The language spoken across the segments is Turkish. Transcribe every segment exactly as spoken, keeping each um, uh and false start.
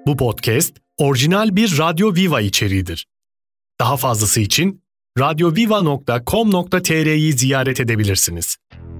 Bu podcast orijinal bir Radyo Viva içeriğidir. Daha fazlası için radyoviva nokta com nokta tr'yi ziyaret edebilirsiniz.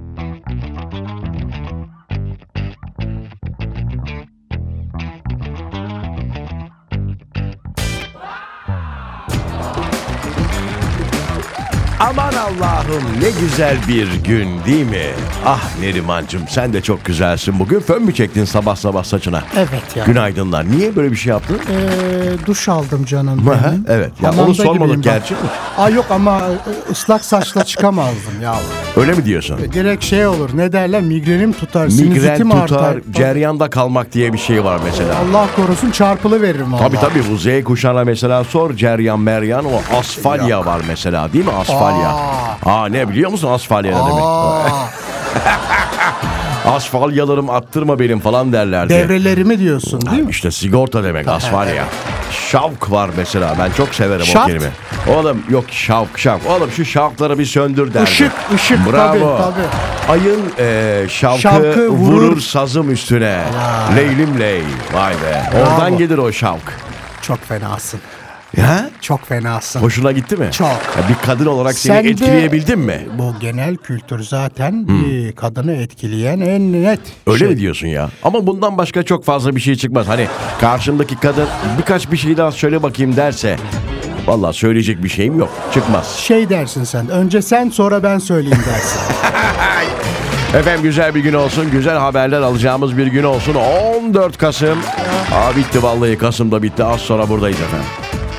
Aman Allah'ım, ne güzel bir gün değil mi? Ah Nerimancığım, sen de çok güzelsin bugün. Fön mü çektin sabah sabah saçına? Evet ya. Günaydınlar. Niye böyle bir şey yaptın? Ee, duş aldım canım benim. Evet. Ya Hamamda onu sormadık gibiyim gerçi. bak. Aa yok ama ıslak saçla çıkamazdım ya. Öyle mi diyorsun? Direkt şey olur, ne derler, migrenim tutar, Migren sinüzitim tutar, artar. ceryanda kalmak diye bir şey var mesela. Allah korusun, çarpılı veririm valla. Tabii tabii, bu Z kuşağına mesela sor, ceryan meryan, o asfalya var mesela, değil mi asfalya? Aa. Aa, ne biliyor musun asfalya ne demek? Aa, Asfalyalarım attırma benim falan derlerdi. devrelerimi diyorsun değil mi? İşte sigorta demek asfalya. Şavk var mesela, ben çok severim Şaft. o kelime. Oğlum yok, şavk şavk. Oğlum şu şavkları bir söndür derdi. Işık, ışık. Bravo. Tabii, tabii. Ayın e, şavkı, Şavkı vurur, vurur sazım üstüne. Ya. Leylim ley. Vay be. Bravo. Oradan gelir o şavk. Çok fenasın. Ya? Çok fenasın. Hoşuna gitti mi? Çok. Ya bir kadın olarak seni Sen de- etkileyebildin mi? Bu genel kültür zaten bir kadını etkileyen en net Öyle şey. mi diyorsun ya? Ama bundan başka çok fazla bir şey çıkmaz. Hani karşımdaki kadın birkaç bir şey daha söyle bakayım derse, vallahi söyleyecek bir şeyim yok. Çıkmaz. Şey dersin sen, önce sen sonra ben söyleyeyim dersin. Efendim, güzel bir gün olsun. Güzel haberler alacağımız bir gün olsun. on dört Kasım. Aa, bitti vallahi, Kasım'da bitti. Az sonra buradayız efendim.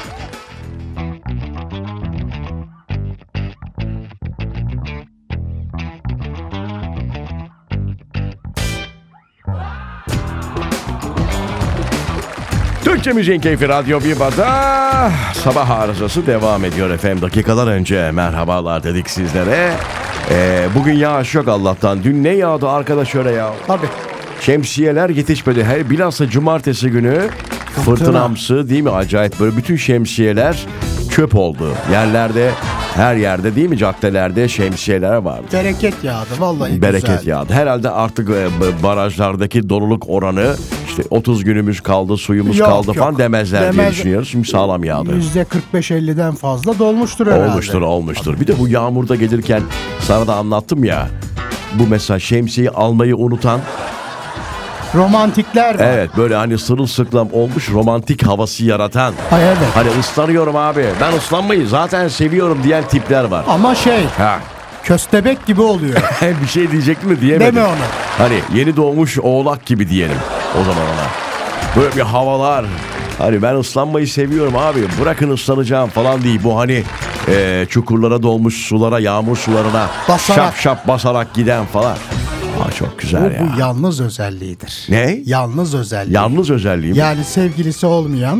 Türkçe Müziğin Keyfi Radyo Viva'da sabah arızası devam ediyor efendim. Dakikalar önce merhabalar dedik sizlere. Ee, bugün yağış yok Allah'tan. Dün ne yağdı arkadaş öyle ya. Tabii. Şemsiyeler yetişmedi. Her bilhassa cumartesi günü fırtınamsı değil mi? Acayip, böyle bütün şemsiyeler çöp oldu. Yerlerde, her yerde değil mi, caddelerde şemsiyeler vardı. Bereket yağdı vallahi Bereket güzel. yağdı. Herhalde artık e, barajlardaki doluluk oranı işte otuz günümüz kaldı, suyumuz Yok, kaldı yok. falan demezler diye Demez. düşünüyoruz. Şimdi sağlam yağdı. yüzde kırk beş elliden fazla dolmuştur herhalde. Olmuştur, olmuştur. Bir de bu yağmurda gelirken sana da anlattım ya. Bu mesela şemsiyeyi almayı unutan, Romantikler var. evet böyle hani sırılsıklam olmuş, romantik havası yaratan. Ay evet. Hani ıslanıyorum abi, ben ıslanmayı zaten seviyorum diyen tipler var. Ama şey, Ha. köstebek gibi oluyor. Bir şey diyecek mi diyemedim. Deme onu. Hani yeni doğmuş oğlak gibi diyelim o zaman ona. Böyle bir havalar. Hani ben ıslanmayı seviyorum abi, bırakın ıslanacağım falan değil. Bu hani e, çukurlara dolmuş sulara, yağmur sularına Basarak. şap şap basarak giden falan. Aa, çok güzel Bu, ya. bu yalnız özelliğidir. Ne? Yalnız özelliği. Yalnız özelliğim. Yani sevgilisi olmayan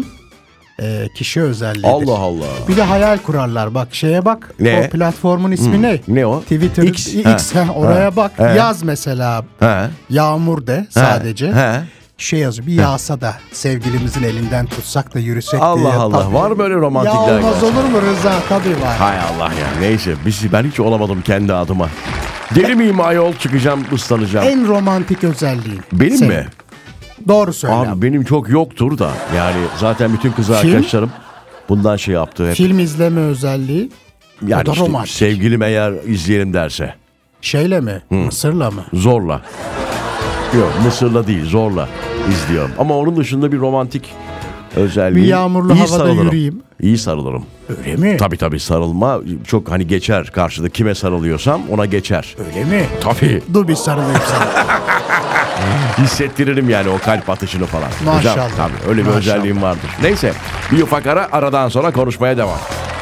e, kişi özelliğidir. Allah Allah. Bir de hayal kurarlar. Bak şeye bak. Ne? O platformun ismi ne? Ne o? Twitter. X. X. Ha. ha, oraya Ha. bak. He. Yaz mesela. He. Yağmur de sadece. He. Şey yazıyor. Bir yağsa da sevgilimizin elinden tutsak da yürüsek Allah diye. Allah. Tabii. Var böyle romantikler. Ya olmaz olur mu Rıza? Tabii var. Hay Allah ya. Neyse, biz, ben hiç olamadım kendi adıma. Deli miyim ayol, çıkacağım ıslanacağım. En romantik özelliğin. Benim senin. mi? Doğru söyle. Abi benim çok yoktur da. Yani zaten bütün kız Film? arkadaşlarım bundan şey yaptı hep. Film izleme özelliği. Yani o da işte romantik. sevgilim eğer izleyelim derse. Şeyle mi? Mısır'la mı? Zorla. Yok, Mısır'la değil, zorla izliyorum. Ama onun dışında bir romantik özelliği. Bir yağmurlu İyi havada sarılırım. yürüyeyim. İyi sarılırım. Öyle mi? Tabii tabii, sarılma çok hani geçer. Karşıda kime sarılıyorsam ona geçer. Öyle mi? Tabii. Dur bir sarılayım sana. Hissettiririm yani o kalp atışını falan. Maşallah. Hocam, tabii öyle bir Maşallah. özelliğim vardır. Neyse, bir ufak ara, aradan sonra konuşmaya devam.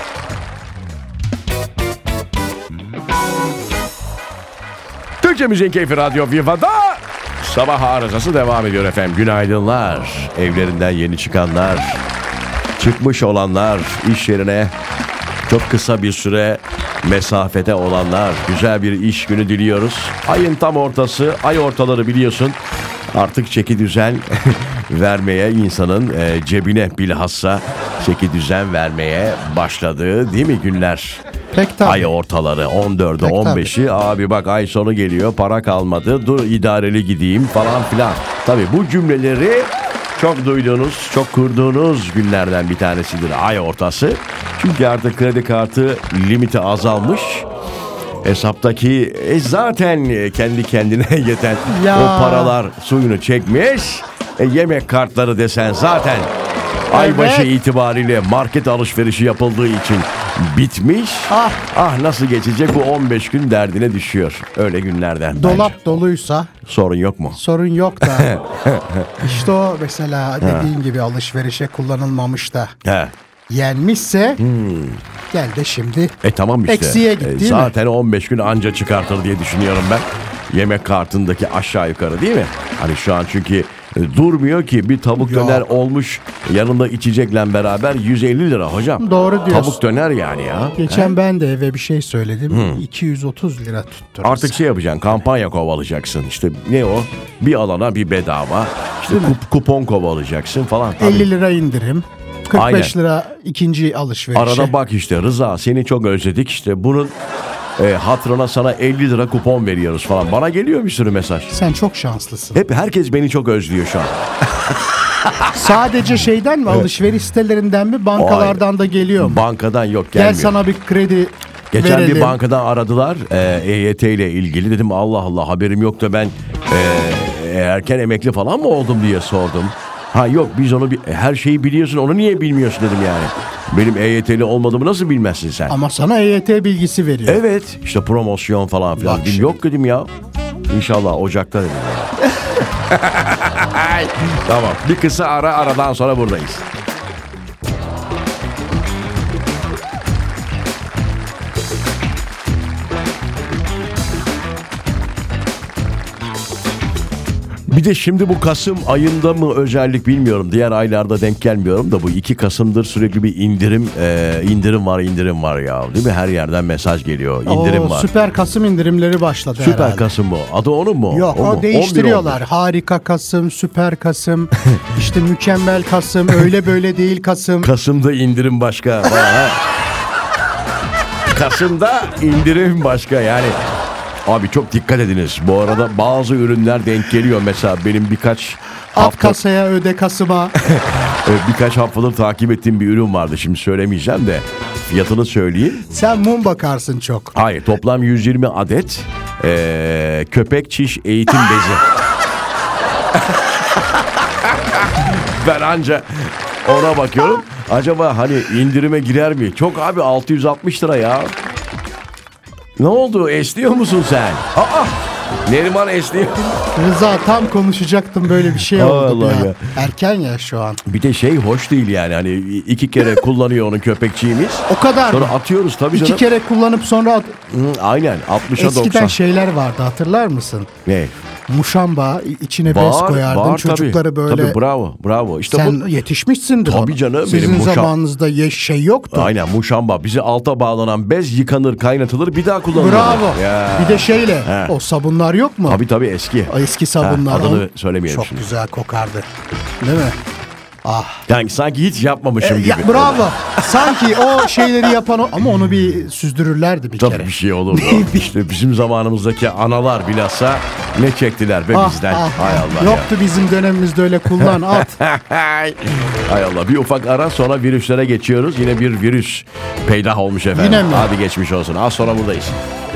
Türkçe Müziğin Keyfi Radyo Viva'da sabah arızası devam ediyor efendim. Günaydınlar. Evlerinden yeni çıkanlar, çıkmış olanlar, iş yerine çok kısa bir süre mesafede olanlar, güzel bir iş günü diliyoruz. Ayın tam ortası, ay ortaları biliyorsun. Artık çeki düzen vermeye, insanın e, cebine bilhassa çeki düzen vermeye başladığı değil mi günler? Pek tabii. Ay ortaları on dördü Pek on beşi abi bak ay sonu geliyor, para kalmadı, dur idareli gideyim falan filan. Tabii bu cümleleri çok duyduğunuz, çok kurduğunuz günlerden bir tanesidir ay ortası. Çünkü artık kredi kartı limiti azalmış. Hesaptaki e, zaten kendi kendine yeten Ya. o paralar suyunu çekmiş. E, yemek kartları desen zaten aybaşı Evet. itibariyle market alışverişi yapıldığı için bitmiş. Ah. Ah nasıl geçecek bu on beş gün derdine düşüyor. Öyle günlerden. Dolap bence. doluysa Sorun yok mu? sorun yok da. işte o mesela dediğin gibi alışverişe kullanılmamış da He. yenmişse gel de şimdi E tamam işte. eksiye git, E, değil mi? zaten on beş gün anca çıkartır diye düşünüyorum ben. Yemek kartındaki aşağı yukarı değil mi? Hani şu an çünkü e, durmuyor ki bir tavuk Yok. döner olmuş yanında içecekle beraber yüz elli lira hocam. Doğru diyorsun. Tavuk döner yani ya. Geçen ben de eve bir şey söyledim. iki yüz otuz lira tuttu. Artık şey yapacaksın, kampanya kovalayacaksın. İşte ne o? Bir alana bir bedava. İşte kup- kupon kovalayacaksın falan. Tabii. elli lira indirim. kırk beş Aynen. lira ikinci alışverişe. Arada bak işte Rıza seni çok özledik işte bunun e, hatırına sana elli lira kupon veriyoruz falan. Bana geliyor bir sürü mesaj. Sen çok şanslısın. Hep herkes beni çok özlüyor şu an. Sadece şeyden mi alışveriş sitelerinden mi bankalardan da geliyor mu? Bankadan yok Gel gelmiyor. sana bir kredi Geçen verelim. bir bankadan aradılar e, E Y T ile ilgili. Dedim Allah Allah haberim yok da ben e, erken emekli falan mı oldum diye sordum. Ha yok biz onu bi- her şeyi biliyorsun onu niye bilmiyorsun dedim yani. Benim E Y T'li olmadığımı nasıl bilmezsin sen? Ama sana E Y T bilgisi veriyor. Evet işte promosyon falan filan. Bak Dedim, şimdi. yok dedim ya. İnşallah Ocak'ta dedim ya. Tamam bir kısa ara aradan sonra buradayız. Bir de şimdi bu Kasım ayında mı özellik bilmiyorum. Diğer aylarda denk gelmiyorum da bu iki Kasım'dır sürekli bir indirim e, indirim var indirim var ya. Değil mi? Her yerden mesaj geliyor. İndirim Oo, var. Süper Kasım indirimleri başladı Süper herhalde. Kasım bu. Adı onun mu? Yok O o, mu? değiştiriyorlar. Harika Kasım, Süper Kasım, işte mükemmel Kasım, öyle böyle değil Kasım. Kasım'da indirim başka. Vay, ha. Kasım'da indirim başka yani. Abi çok dikkat ediniz. Bu arada bazı ürünler denk geliyor. Mesela benim birkaç At hafta kasaya öde Kasım'a. e, birkaç haftadır takip ettiğim bir ürün vardı. Şimdi söylemeyeceğim de fiyatını söyleyeyim. Sen mum bakarsın çok. Hayır toplam yüz yirmi adet e, köpek çiş eğitim bezi. Ben anca ona bakıyorum. Acaba hani indirime girer mi? Çok abi altı yüz altmış lira ya. Ne oldu? Esniyor musun sen? Aa! Neriman esniyor. Rıza tam konuşacaktım böyle bir şey oldu Allah ya. ya. Erken ya şu an. Bir de şey hoş değil yani. Hani iki kere kullanıyor onu köpekçiğimiz. O kadar Sonra mı? atıyoruz tabii İki canım. kere kullanıp sonra at- Hı, aynen altmışa eskiden doksan. şeyler vardı hatırlar mısın? Ne? Muşamba içine bez Var, koyardın var çocukları tabii. böyle. Tabii bravo, bravo. İşte Sen bu yetişmişsindir Tabii ona. canım, Sizin benim Muşam- zamanınızda ye- şey yoktu. aynen muşamba. Bize alta bağlanan bez yıkanır, kaynatılır, bir daha kullanılır. Bravo. Ya. Bir de şeyle He. o sabunlar yok mu? Tabii tabii eski. O eski sabunlar. Ha, adını o- söylemeyelim Çok şimdi. güzel kokardı. Değil mi? Ah. Yani sanki hiç yapmamışım E, gibi. ya, bravo. Sanki o şeyleri yapan o ama onu bir süzdürürlerdi bir Tabii kere. bir şey olur mu? İşte bizim zamanımızdaki analar bilhassa ne çektiler be Ah, bizden. ah, Hay ah. Allah Yoktu bizim dönemimizde öyle kullan at. ya. Hay Allah. Bir ufak ara sonra virüslere geçiyoruz. Yine bir virüs peydah olmuş efendim. Yine mi? Hadi geçmiş olsun. Az sonra buradayız.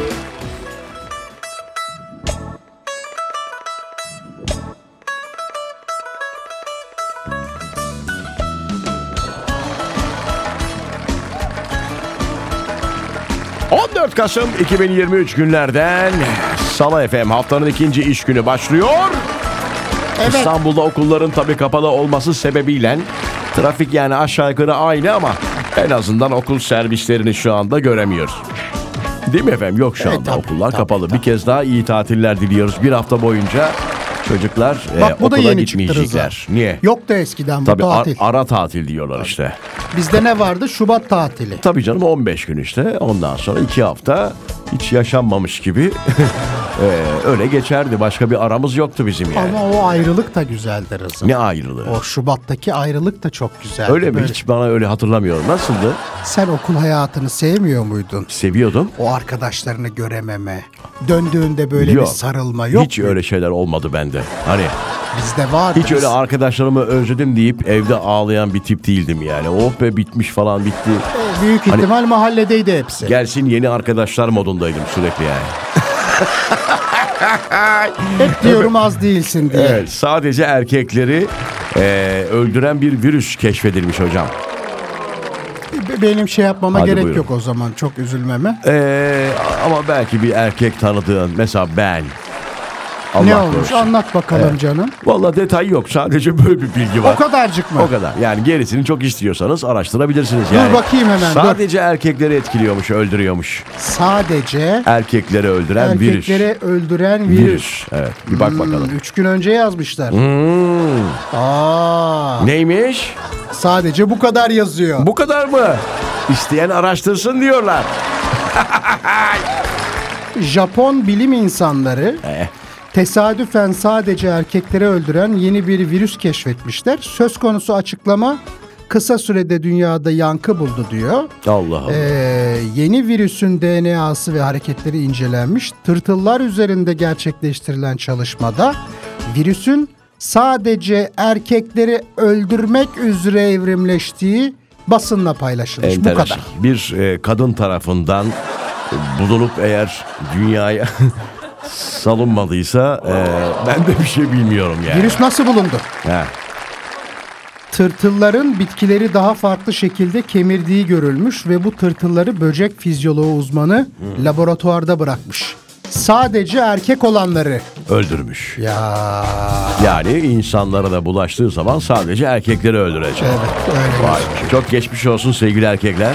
on dört Kasım iki bin yirmi üç günlerden Salı F M haftanın ikinci iş günü başlıyor. Evet. İstanbul'da okulların tabii kapalı olması sebebiyle trafik yani aşağı yukarı aynı ama en azından okul servislerini şu anda göremiyoruz. Değil mi efendim? Yok şu Evet, anda tabii, okullar tabii, kapalı. tabii. Bir kez daha iyi tatiller diliyoruz. Bir hafta boyunca çocuklar Bak e, bu da okula yeni çıktı gitmeyecekler. Niye? Yoktu eskiden bu Tabii ar- tatil. ara tatil diyorlar işte. Bizde ne vardı? Şubat tatili. Tabii canım on beş gün işte. Ondan sonra iki hafta hiç yaşanmamış gibi e, öyle geçerdi. Başka bir aramız yoktu bizim yani. Ama o ayrılık da güzeldi Rıza. Ne ayrılığı? O Şubat'taki ayrılık da çok güzeldi. Öyle mi? Böyle. Hiç bana öyle hatırlamıyorum. Nasıldı? Sen okul hayatını sevmiyor muydun? Seviyordum. O arkadaşlarını görememe, döndüğünde böyle Yok. bir sarılma yok Hiç mu? öyle şeyler olmadı bende. Hani Bizde var. Hiç öyle arkadaşlarımı özledim deyip evde ağlayan bir tip değildim yani. Oh be bitmiş falan bitti. E, büyük ihtimal hani, mahalledeydi hepsi. Gelsin yeni arkadaşlar modundaydım sürekli yani. Hep diyorum az değilsin diye. Evet, sadece erkekleri e, öldüren bir virüs keşfedilmiş hocam. Benim şey yapmama Hadi gerek buyurun. yok o zaman, çok üzülmeme. Ee, ama belki bir erkek tanıdığın, mesela ben. Allah ne olmuş? korusun. Anlat bakalım Evet. canım. Vallahi detay yok. Sadece böyle bir bilgi var. O kadarcık mı? O kadar. Yani gerisini çok istiyorsanız araştırabilirsiniz. Dur Yani bakayım hemen. sadece dur. Erkekleri etkiliyormuş, öldürüyormuş. Sadece erkekleri öldüren virüs. Erkekleri öldüren virüs. Virüs. Evet. Bir bak Hmm, bakalım. Üç gün önce yazmışlar. Hmm. Aa, Neymiş? sadece bu kadar yazıyor. Bu kadar mı? İsteyen araştırsın diyorlar. Japon bilim insanları Eh. tesadüfen sadece erkekleri öldüren yeni bir virüs keşfetmişler. Söz konusu açıklama kısa sürede dünyada yankı buldu diyor. Allah Allah. Ee, yeni virüsün D N A'sı ve hareketleri incelenmiş. Tırtıllar üzerinde gerçekleştirilen çalışmada virüsün sadece erkekleri öldürmek üzere evrimleştiği basınla paylaşılmış. Enteresan. Bu kadar. Bir e, kadın tarafından bulunup eğer dünyaya salınmadıysa e, ben de bir şey bilmiyorum yani. Virüs nasıl bulundu? Ha. Tırtılların bitkileri daha farklı şekilde kemirdiği görülmüş ve bu tırtılları böcek fizyoloğu uzmanı Hmm. laboratuvarda bırakmış. Sadece erkek olanları. Öldürmüş. Ya Yani insanlara da bulaştığı zaman sadece erkekleri öldürecek. evet öyle. Vay, çok geçmiş olsun sevgili erkekler.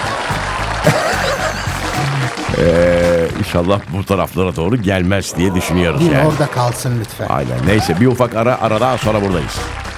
ee, inşallah bu taraflara doğru gelmez diye düşünüyoruz Değil mi? yani. Orada kalsın lütfen. Aynen. Neyse bir ufak ara aradan sonra buradayız.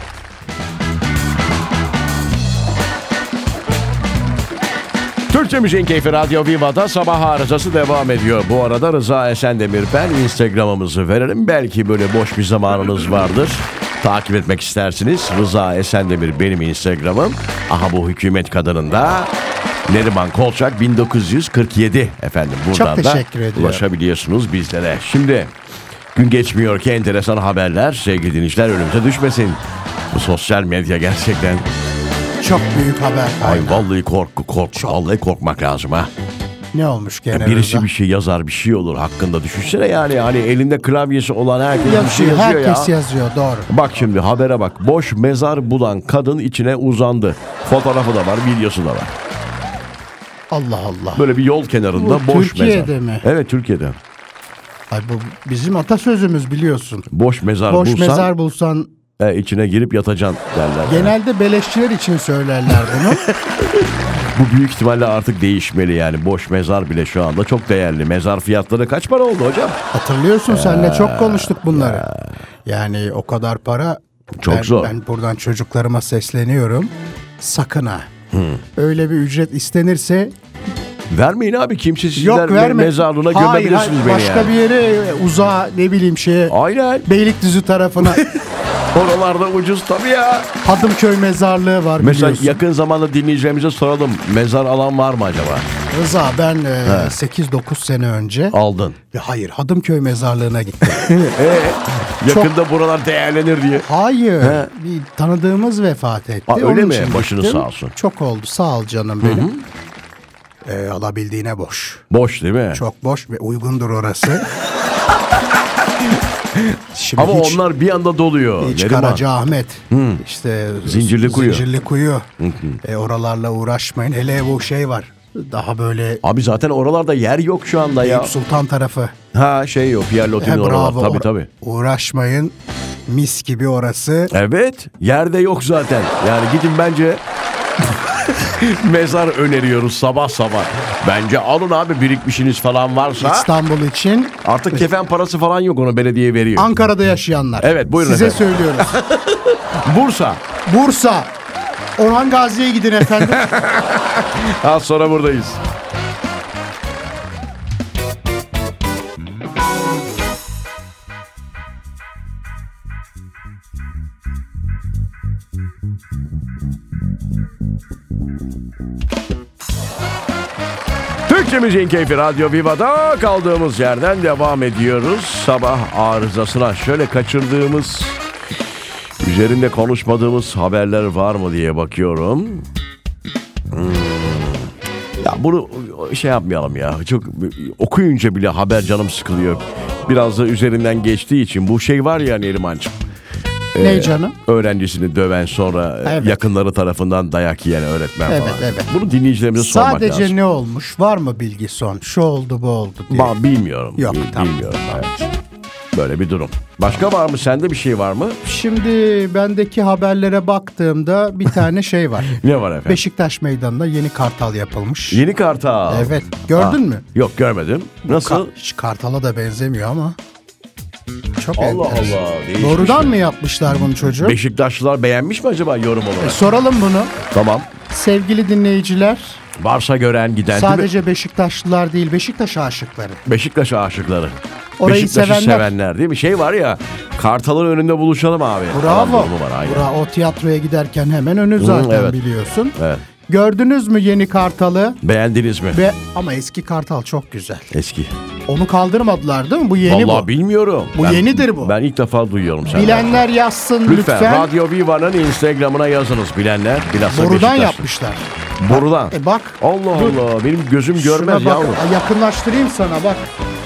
Türkçe Müziğin Keyfi Radyo Viva'da sabah arızası devam ediyor. Bu arada Rıza Esendemir ben. Instagram'ımızı verelim. Belki böyle boş bir zamanınız vardır. Takip etmek istersiniz. Rıza Esendemir benim Instagram'ım. Aha bu hükümet kadınında. Neriman Kolçak bin dokuz yüz kırk yedi efendim. Buradan Çok teşekkür da ediyorum. ulaşabiliyorsunuz bizlere. Şimdi gün geçmiyor ki enteresan haberler sevgili dinleyiciler önümüze düşmesin. Bu sosyal medya gerçekten... Çok büyük haber. Ay vallahi korku kork. Vallahi korkmak lazım ha. Ne olmuş gene Ya birisi Rıza? bir şey yazar bir şey olur hakkında düşünsene yani hani elinde klavyesi olan herkes bir şey Yazıyor, yazıyor herkes ya. yazıyor doğru. Bak şimdi habere bak. Boş mezar bulan kadın içine uzandı. Fotoğrafı da var, videosu da var. Allah Allah. Böyle bir yol kenarında Bu boş Türkiye'de mezar. mi? Evet Türkiye'de. Ay bu bizim atasözümüz biliyorsun. Boş mezar Boş bulsan mezar bulsan e, içine girip yatacaksın derler. genelde beleşçiler için söylerler bunu. Bu büyük ihtimalle artık değişmeli yani. Boş mezar bile şu anda çok değerli. Mezar fiyatları kaç para oldu hocam? Hatırlıyorsun seninle çok konuştuk bunları. Yani o kadar para Çok ben, zor. Ben buradan çocuklarıma sesleniyorum. Sakın ha. Öyle bir ücret istenirse Vermeyin abi kimsesizler yok me- verme. mezarlığına Hayır, gömebilirsiniz hayır, beni başka yani. bir yere uzağa ne bileyim şeye Aynen. Beylikdüzü tarafına Oralarda ucuz tabii ya. Hadımköy mezarlığı var Mesela biliyorsun. yakın zamanda dinleyicilerimize soralım. Mezar alan var mı acaba? Rıza ben e, sekiz dokuz sene önce Aldın. Ya hayır Hadımköy mezarlığına gittim. Ee, yakında buralar değerlenir diye. Hayır. He. Bir tanıdığımız vefat etti. Aa, öyle Onun mi? için Başınız gittim. sağ olsun. Çok oldu. Sağ ol canım benim. Ee, alabildiğine boş. Boş değil mi? Çok boş ve uygundur orası. Şimdi Ama hiç, onlar bir anda doluyor. hiç Neriman. Karacaahmet, işte Zincirli Kuyu. Zincirli Kuyu. E, oralarla uğraşmayın. Hele bu şey var. Daha böyle Abi zaten oralarda yer yok şu anda ya. Eyüp Sultan tarafı. Ha şey yok. Pierre He, Loti'nin oralar. bravo. Tabii Or- tabii. Uğraşmayın. Mis gibi orası. Evet. Yerde yok zaten. Yani gidin bence mezar öneriyoruz sabah sabah. Bence alın abi birikmişiniz falan varsa. İstanbul için Artık kefen parası falan yok onu belediye veriyor. Ankara'da yaşayanlar. Evet, buyurun Size efendim. söylüyoruz. Bursa. Bursa. Orhan Gazi'ye gidin efendim. Az sonra buradayız. Türkçe Müziğin Keyfi Radyo Viva'da kaldığımız yerden devam ediyoruz. Sabah arızasına şöyle kaçırdığımız Üzerinde konuşmadığımız haberler var mı diye bakıyorum. Hmm. Ya bunu şey yapmayalım ya. Çok okuyunca bile haber canım sıkılıyor. Biraz da üzerinden geçtiği için bu şey var ya Nerimancığım. Ne ee, canım? Öğrencisini döven sonra evet. yakınları tarafından dayak yiyen öğretmen evet, falan. Evet. Bunu dinleyicilerimize sormak Sadece lazım. Sadece ne olmuş? Var mı bilgi son? Şu oldu bu oldu diye. Ben bilmiyorum. Yok Bil, tamam. Bilmiyorum. Evet. Böyle bir durum. Başka var mı? Sende bir şey var mı? Şimdi bendeki haberlere baktığımda bir tane şey var. Ne var efendim? Beşiktaş Meydanı'nda yeni kartal yapılmış. Yeni kartal. Evet. Gördün ha. mü? Yok görmedim. Nasıl? Ka- hiç kartala da benzemiyor ama. Çok Allah enteresan. Allah. Doğrudan mi yapmışlar bunu çocuğu? Beşiktaşlılar beğenmiş mi acaba yorum olarak? E, soralım bunu. Tamam. Sevgili dinleyiciler. Varsa gören giden. Sadece Beşiktaşlılar değil, Beşiktaş aşıkları. Beşiktaş aşıkları. Orayı Beşiktaş'ı sevenler. sevenler değil mi? Şey var ya, kartalın önünde buluşalım abi. Bravo. Var, Bravo. O tiyatroya giderken hemen önü zaten Hı, evet. biliyorsun. Evet. Gördünüz mü yeni kartalı? Beğendiniz mi? Be Ama eski kartal çok güzel. Eski. Onu kaldırmadılar değil mi? Bu yeni Vallahi bu. Vallahi bilmiyorum. Bu ben, yenidir bu. Ben ilk defa duyuyorum senden. Bilenler yazsın lütfen. Lütfen. Radyo Viva'nın Instagram'ına yazınız bilenler. Bilhassa Borudan yapmışlar. Borudan. E bak. Allah dur. Allah. Benim gözüm görmez Şuna bak, yavrum. yakınlaştırayım sana bak.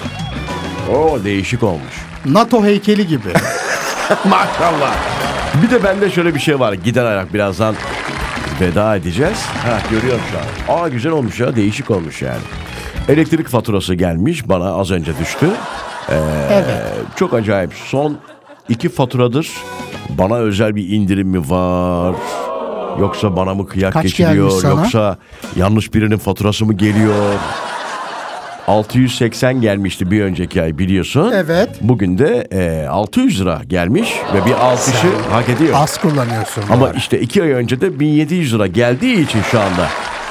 Oo değişik olmuş. NATO heykeli gibi. Maşallah. Bir de bende şöyle bir şey var. Gider ayak birazdan veda edeceğiz. Ha görüyorum şu an. Aa güzel olmuş ya. Değişik olmuş yani. Elektrik faturası gelmiş. Bana az önce düştü. Ee, evet. Çok acayip. Son iki faturadır bana özel bir indirim mi var? Yoksa bana mı kıyak Kaç geçiliyor? Yoksa yanlış birinin faturası mı geliyor? altı yüz seksen gelmişti bir önceki ay biliyorsun. Evet. Bugün de e, altı yüz lira gelmiş ve bir alkışı Sen hak ediyor. Az kullanıyorsun. Ama var. işte iki ay önce de bin yedi yüz lira geldiği için şu anda.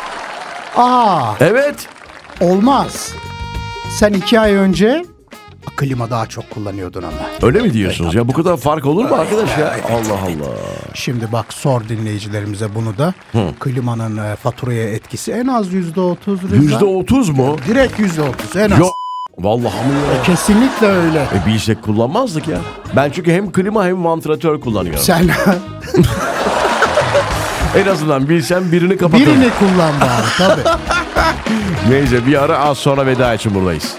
Aa. Evet. Olmaz. Sen iki ay önce klima daha çok kullanıyordun ama. Öyle mi diyorsunuz evet, ya? Bu kadar fark olur mu arkadaş ya? Evet, Allah evet. Allah. Şimdi bak sor dinleyicilerimize bunu da. Hı. Klimanın faturaya etkisi en az yüzde otuz. Yüzde otuz mu? Direkt yüzde otuz en az. Yok. Vallahi mi ya? E, kesinlikle öyle. E bilsek kullanmazdık ya. Ben çünkü hem klima hem vantilatör kullanıyorum. Sen en azından bilsem birini kapatırım. Birini kullan bari tabii. Neyse bir ara az sonra veda için buradayız.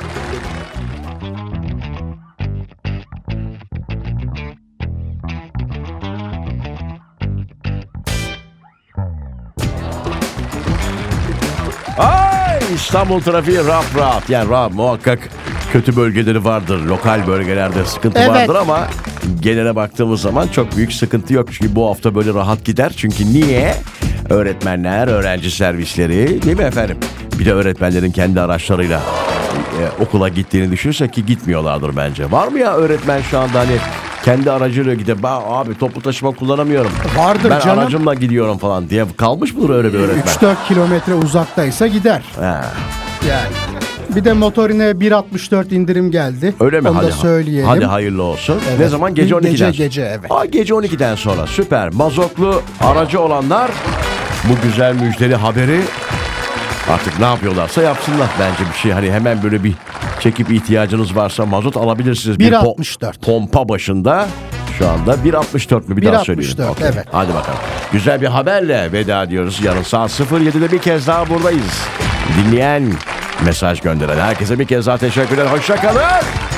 Ay İstanbul trafiği rahat rahat. Yani rahat muhakkak kötü bölgeleri vardır. Lokal bölgelerde sıkıntı evet. vardır ama genele baktığımız zaman çok büyük sıkıntı yok. Çünkü bu hafta böyle rahat gider. Çünkü niye? Öğretmenler, öğrenci servisleri değil mi efendim? Bir de öğretmenlerin kendi araçlarıyla e, okula gittiğini düşünürsek ki gitmiyorlardır bence. Var mı ya öğretmen şu anda hani kendi aracıyla gidip abi toplu taşıma kullanamıyorum. Vardır ben canım. Ben aracımla gidiyorum falan diye kalmış mıdır öyle bir öğretmen? üç dört kilometre uzaktaysa gider. Ha. Yani. Bir de motorine bir altmış dört indirim geldi. Öyle mi? Onu hadi, da söyleyelim. Hadi hayırlı olsun. Evet. Ne zaman? Gece on ikiden. Gece gece evet. Aa, gece on ikiden sonra süper. Mazotlu aracı olanlar bu güzel müjdeli haberi artık ne yapıyorlarsa yapsınlar. Bence bir şey hani hemen böyle bir çekip ihtiyacınız varsa mazot alabilirsiniz. bir altmış dört. Bir pompa başında şu anda bir altmış dört mü bir, bir daha söyleyeyim. bir altmış dört okay. Evet. Hadi bakalım. Güzel bir haberle veda ediyoruz. Yarın saat sıfır yedide bir kez daha buradayız. Dinleyen, mesaj gönderen herkese bir kez daha teşekkürler. Hoşça kalın.